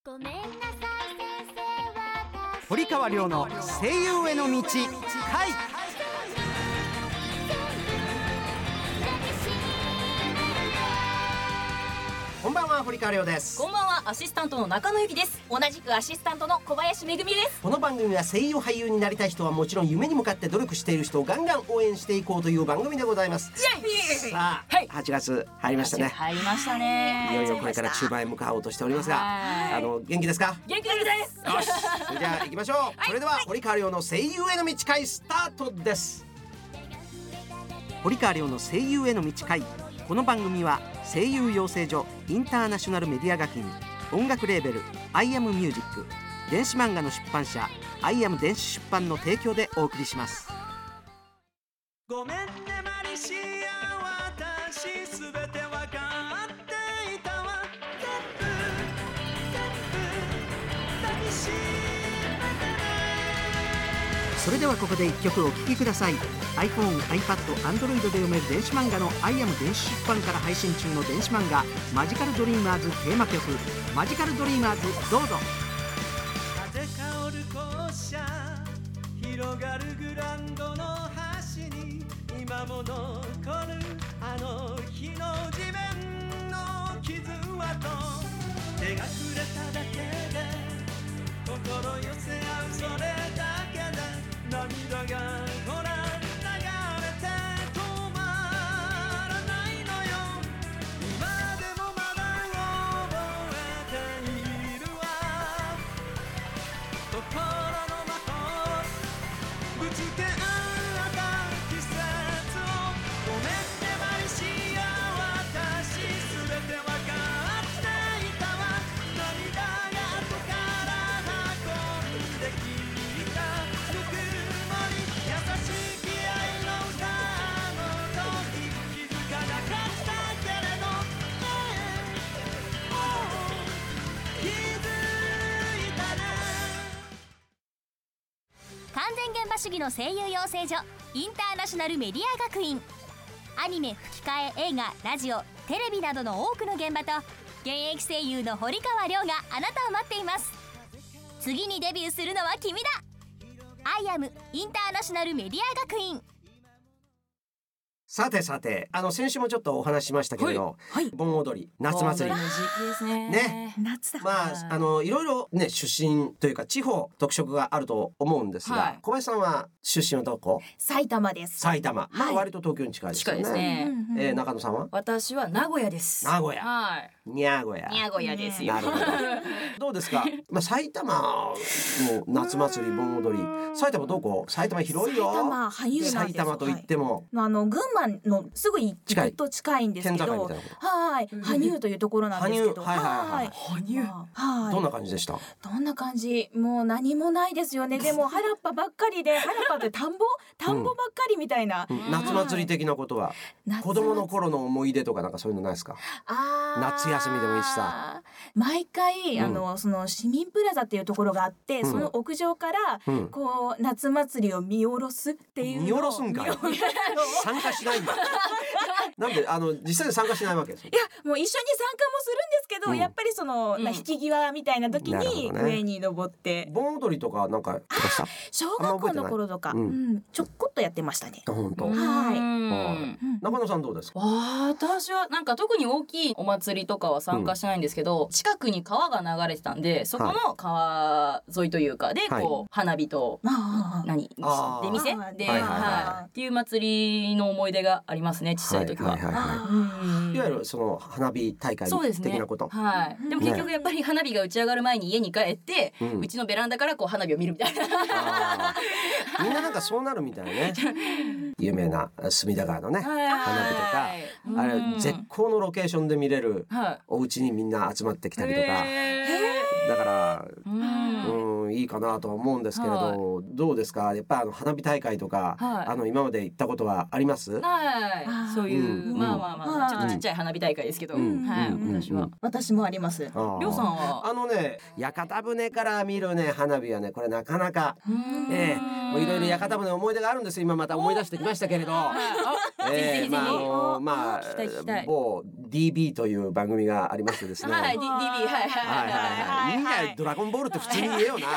ごめんなさい先生、 堀川亮の声優への道回。こんばんは、堀川亮です。 こんばんは、アシスタントの中野由紀です。同じくアシスタントの小林めぐみです。 この番組は声優俳優になりたい人はもちろん、夢に向かって努力している人をガンガン応援していこうという番組でございます。さあ、はい、8月入りましたね。 入りましたね。 いよいよこれから中盤へ向かおうとしておりますが、元気ですか？ 元気です。 よし、それじゃあ行きましょう。それでは堀川亮の声優への道会スタートです。堀川亮の声優への道会。この番組は声優養成所インターナショナルメディア学院、音楽レーベル I am Music、 電子漫画の出版社 I am 電子出版の提供でお送りします。 ごめんねマリシア、私すべてわかっていたわ。全部抱きしめてね。 それではここで1曲お聴きください。 iPhone、iPad、Android で読める電子漫画の I am 電子出版から配信中の電子漫画マジカルドリーマーズテーマ曲、マジカルドリーマーズ、どうぞ。 風香る校舎、広がるグラウンドの端に今も残るあの日の地面の傷跡、手が触れただけで心寄せ合う、それだけで涙がほら流れて止まらないのよ。今でもまだ覚えているわ。心の的ぶつけ合った季節を、ごめんねマリシア、私すべてわかっていたわ。涙が後から運んできたぬくもり、優しき愛の歌、あの時気づかなかったけれど、気づいたね。 完全現場主義の声優養成所インターナショナルメディア学院。アニメ、吹き替え、映画、ラジオ、テレビなどの多くの現場と現役声優の堀川亮があなたを待っています。次にデビューするのは君だ。アイアムインターナショナルメディア学院。 さてさて、先週もちょっとお話ししましたけれど、 はい、 盆踊り、夏祭り盆踊りの時期ですね。 ね、 夏だ。 まあいろいろね、出身というか地方特色があると思うんですが、 はい、 小林さんは出身はどこ？ 埼玉です。 埼玉、まあ割と東京に近いですよね。 近いですね。 中野さんは？ 私は名古屋です。 名古屋。 はい。 名古屋。 名古屋ですよ。 なるほど。どうですか？まあ埼玉の夏祭り、盆踊り。埼玉どこ？埼玉広いよ。 埼玉羽生なんです。 埼玉と言っても、 群馬のすぐぐっと近いんですけど、はい、羽生というところなんですけど、 はい。どんな感じでした？ どんな感じ？もう何もないですよね。でも原っぱばっかりで、原っぱって田んぼばっかりみたいな。 夏祭り的なことは、子供の頃の思い出とかなんかそういうのないですか？夏休みでもいいしさ。 毎回その市民プラザっていうところがあって、その屋上からこう夏祭りを見下ろすっていうのを。 見下ろすんかい。参加しないんだ。なんで実際に参加しないわけですよ。 いや、もう一緒に参加もするんですけど、やっぱりその引き際みたいな時に上に登って。 盆踊りとかなんかした？ 小学校の頃とかちょこっとやってましたね。 本当。 はい。 中野さんどうですか？ 私はなんか特に大きいお祭りとかは参加しないんですけど、近くに川が流れてたんで、そこの川沿いというかでこう花火と出店でっていう祭りの思い出がありますね、小さい時は。 いわゆるその花火大会的なこと。 はい。でも結局やっぱり花火が打ち上がる前に家に帰って、うちのベランダからこう花火を見るみたいな。 みんななんかそうなるみたいね。有名な隅田川のね花火とか、あれ絶好のロケーションで見れるお家にみんな集まってきたりとか、だからいいかなとは思うんですけれど、どうですか？やっぱ花火大会とか今まで行ったことはあります？ はい。そういうまあちょっとちっちゃい花火大会ですけど、 私もあります。 りょうさんは？ 屋形船から見るね花火はね、これなかなかもういろいろ屋形船思い出があるんですよ。今また思い出してきましたけれど、某 DB という番組がありましてですね。 はい、DB、はい。 いいんじゃない前ドラゴンボールって普通に言えよなって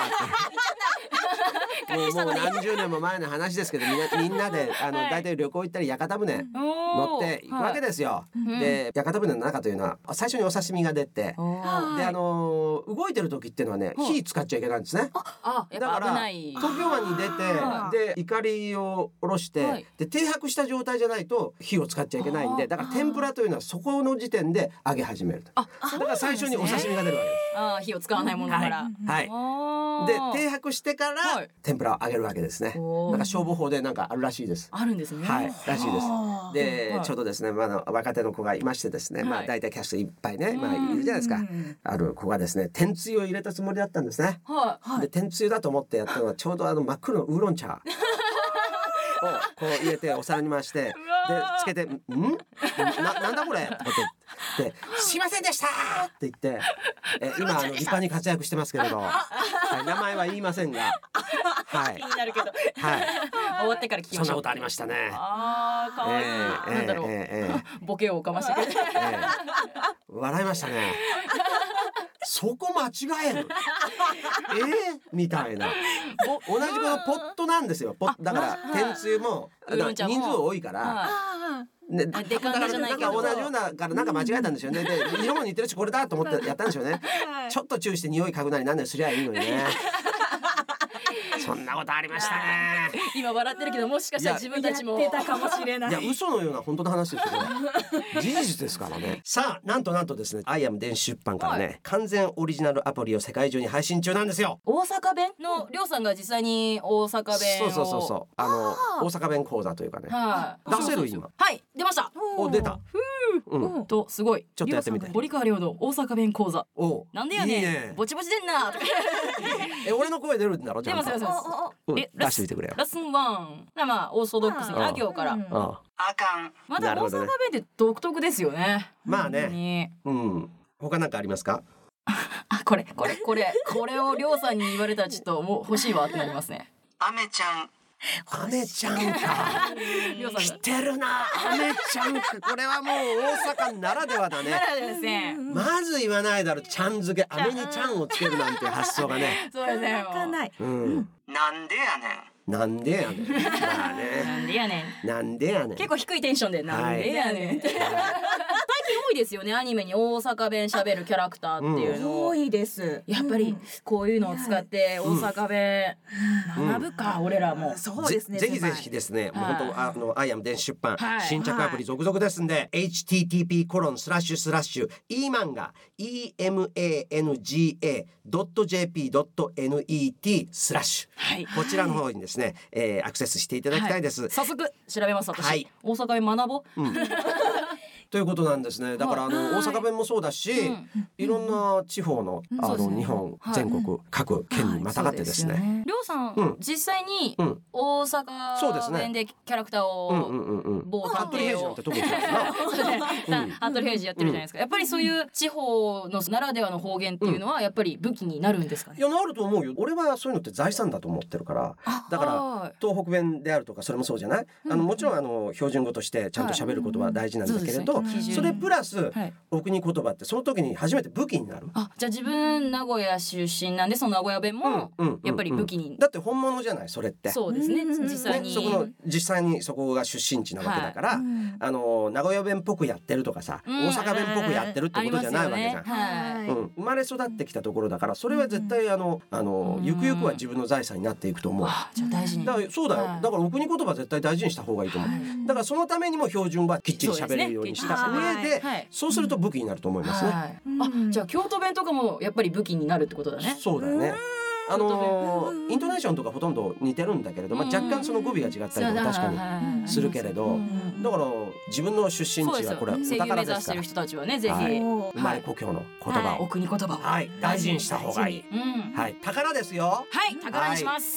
もう何十年も前の話ですけど、みんなで大体旅行行ったり屋形船乗って行くわけですよ。で屋形船の中というのは最初にお刺身が出て、で動いてる時っていうのはね火使っちゃいけないんですね。だから東京湾に出てで怒りを下ろしてで停泊した状態じゃないと火を使っちゃいけないんで、だから天ぷらというのはそこの時点で揚げ始めると。だから最初にお刺身が出るわけです。 火を使わないものから。 で停泊してから天ぷらを揚げるわけですね。なんか消防法でなんかあるらしいです。 あるんですね。 はい、らしいです。でちょうどですね、若手の子がいましてですね、大体キャストいっぱいね、いるじゃないですか。ある子がですね、天つゆを入れたつもりだったんですね。で天つゆだと思ってやったのはちょうど真っ黒のウーロン茶をこう入れてお皿に回してでつけて「なんだこれ?」とかって「すいませんでした!」って言って今立派に活躍してますけれど、名前は言いませんが、 気になるけど、終わってから聞きましょう。 そんなことありましたね。 かわいい。なんだろう、ボケをかましてくれて笑いましたね。そこ間違えるみたいな。同じこのポットなんですよ。だから天つゆも人数多いからだからなんか同じようなからなんか間違えたんですよね。で色も似てるしこれだと思ってやったんですよね。ちょっと注意して匂い嗅ぐなりなんなりすりゃいいのにね。そんなことありましたね。 今笑ってるけど、もしかしたら自分たちもやってたかもしれない。 いや嘘のような本当の話ですけど事実ですからね。さあなんとですね、アイアム電子出版からね、完全オリジナルアプリを世界中に配信中なんですよ。 大阪弁のりょうさんが実際に大阪弁をそう大阪弁講座というかね、出せる今。 はい、出ました。 出た。 とすごい。 ちょっとやってみて。 堀川亮の大阪弁講座。なんでやねん。ぼちぼちでんな。 俺の声出るんだろ。 出ます。 出してみてくれよ。 ラスン1。まあオーソドックスにあ行から。あかん。まだ大阪弁って独特ですよね。 まあね。他なんかありますか？ これをりょうさんに言われたらちょっともう欲しいわってなりますね。 アメちゃんか来てるな。アメちゃんか。これはもう大阪ならではだね。まず言わないだろ、ちゃん付け。アメにちゃんをつけるなんて発想がね。 そうですね。 なんでやねん。なんでやねん。まあね。なんでやねん。 結構低いテンションでなんでやねん。最近多いですよね、アニメに大阪弁喋るキャラクターっていうの。 多いです。 やっぱりこういうのを使って大阪弁学ぶか、俺らも。 そうですね。 ぜひですね、もう本当アイアム電子出版新着アプリ続々ですんで、http://emanga.jp.net/ こちらの方にですね、アクセスしていただきたいです。 早速調べます。私大阪弁学ぼう。 ということなんですね。だから大阪弁もそうだし、いろんな地方の日本全国各県にまたがってですね。 りょうさん実際に大阪弁でキャラクターを某探偵を服部平次やってるじゃないですか。やっぱりそういう地方のならではの方言っていうのはやっぱり武器になるんですかね。 いや、なると思うよ。俺はそういうのって財産だと思ってるから。だから東北弁であるとかそれもそうじゃない。もちろん標準語としてちゃんと喋ることは大事なんだけれど、それプラスお国言葉ってその時に初めて武器になる。 じゃあ自分名古屋出身なんで、その名古屋弁もやっぱり武器に。 だって本物じゃないそれって。 そうですね。 実際にそこが出身地なわけだから、名古屋弁っぽくやってるとかさ、大阪弁っぽくやってるってことじゃないわけじゃん。生まれ育ってきたところだから、それは絶対ゆくゆくは自分の財産になっていくと思う。 じゃあ大事に。 だからそうだよ。だからお国言葉絶対大事にした方がいいと思う。だからそのためにも標準はきっちり喋れるようにした上で、そうすると武器になると思いますね。 じゃあ京都弁とかもやっぱり武器になるってことだね。 そうだよね。イントネーションとかほとんど似てるんだけれど、若干その語尾が違ったりとか確かにするけれど、だから自分の出身地はこれはお宝ですから、 人たちはね、ぜひ生まれ故郷の言葉を、 お国言葉を大事にした方がいい。宝ですよ。 宝にします。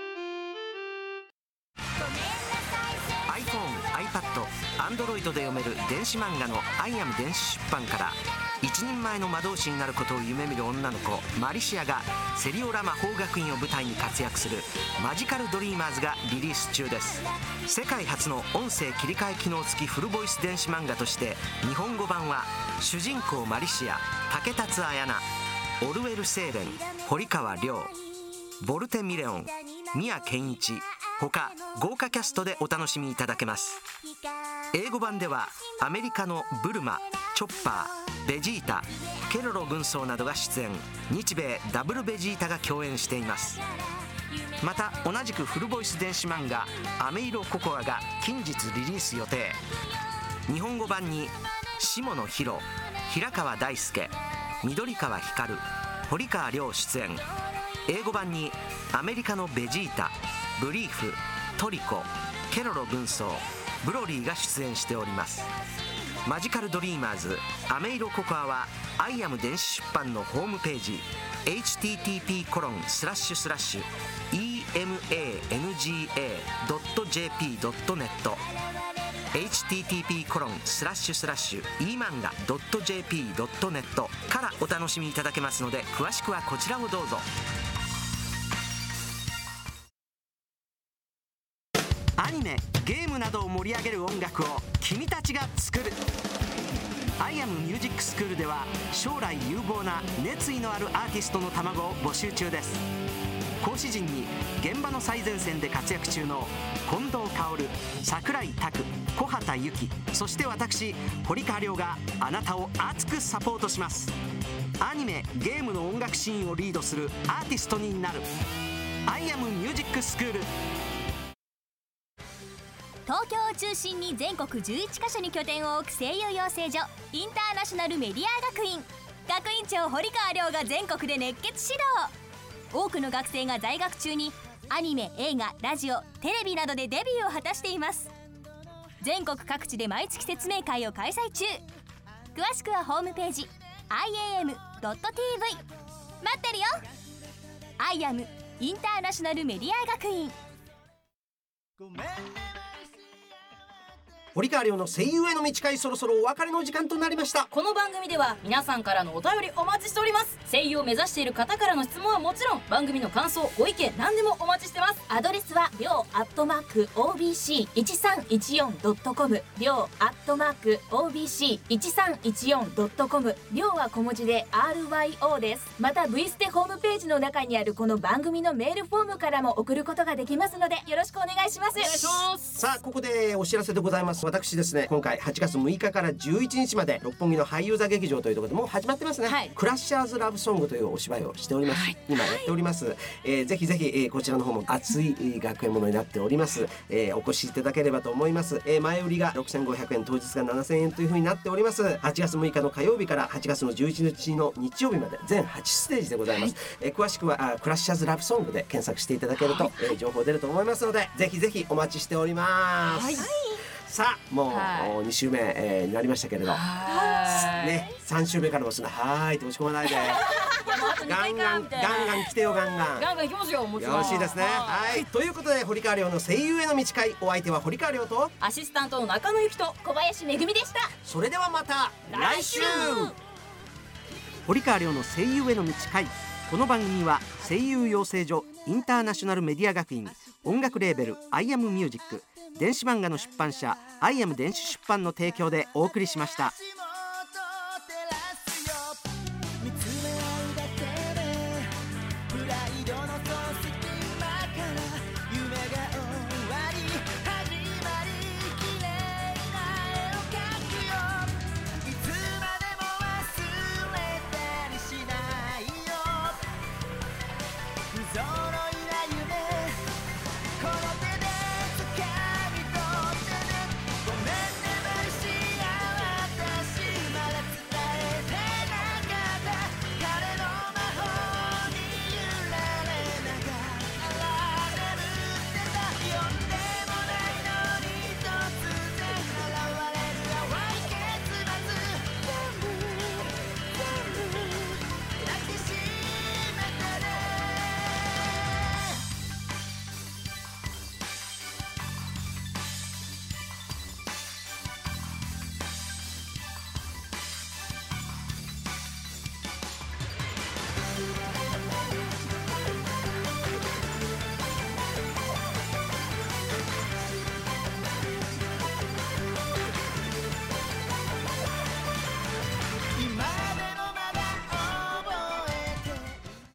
iPhone、iPad、Android で読める電子漫画のアイアム電子出版から、一人前の魔導士になることを夢見る女の子マリシアがセリオラ魔法学院を舞台に活躍するマジカルドリーマーズがリリース中です。世界初の音声切り替え機能付きフルボイス電子漫画として、日本語版は主人公マリシア、竹達彩菜、 オルウェル・セーレン、堀川亮、ボルテ・ミレオン、宮健一他豪華キャストでお楽しみいただけます。英語版ではアメリカのブルマ、チョッパー、ベジータ、ケロロ軍曹などが出演、日米ダブルベジータが共演しています。また同じくフルボイス電子漫画アメイロココアが近日リリース予定。日本語版に下野紘、平川大輔、緑川光、堀川亮出演。英語版にアメリカのベジータ、ブリーフ、トリコ、ケロロ軍曹、ブロリーが出演しております。マジカルドリーマーズアメイロココアはアイアム電子出版のホームページ http://emanga.jp.net http://emanga.jp.net からお楽しみいただけますので、詳しくはこちらをどうぞ。アニメ、ゲームなどを盛り上げる音楽を君たちが作る。アイアムミュージックスクールでは将来有望な熱意のあるアーティストの卵を募集中です。講師陣に現場の最前線で活躍中の近藤薫、櫻井拓、小畑由紀、そして私堀川亮があなたを熱くサポートします。アニメ、ゲームの音楽シーンをリードするアーティストになる。アイアムミュージックスクール。 東京を中心に全国11カ所に拠点を置く声優養成所インターナショナルメディア学院。学院長堀川亮が全国で熱血指導。多くの学生が在学中にアニメ、映画、ラジオ、テレビなどでデビューを果たしています。全国各地で毎月説明会を開催中。詳しくはホームページ iam.tv。 待ってるよ。アイアムインターナショナルメディア学院。 堀川亮の声優への道会、そろそろお別れの時間となりました。 この番組では皆さんからのお便りお待ちしております。声優を目指している方からの質問はもちろん、番組の感想、ご意見何でもお待ちしてます。 アドレスは亮@obc1314.com 亮@obc1314.com 亮は小文字で RYO です。また V ステホームページの中にあるこの番組のメールフォームからも送ることができますので、よろしくお願いします。 お願いします。 さあ、ここでお知らせでございます。私ですね、今回8月6日から11日まで六本木の俳優座劇場というところでもう始まってますね、はい、クラッシャーズラブソングというお芝居をしております、はい、今やっております、ぜひぜひ、こちらの方も熱い学園ものになっております、お越しいただければと思います、前売りが6500円、当日が7000円という風になっております。8月6日の火曜日から8月の11日の日曜日まで全8ステージでございます、はい、詳しくはクラッシャーズラブソングで検索していただけると、情報出ると思いますので、ぜひぜひお待ちしております、はい。さあ、もう2週目、になりましたけれど、ね、3週目からもそのはーいって押し込まないでガンガン来てよ、ガンガン行きますよ。もちろんよろしいですね。はい、ということで堀川亮の声優への道会、お相手は堀川亮とアシスタントの中野由紀と小林めぐみでした。 それではまた来週。堀川亮の声優への道会。この番組は声優養成所インターナショナルメディア学院、音楽レーベルアイアムミュージック、電子漫画の出版社アイアム電子出版の提供でお送りしました。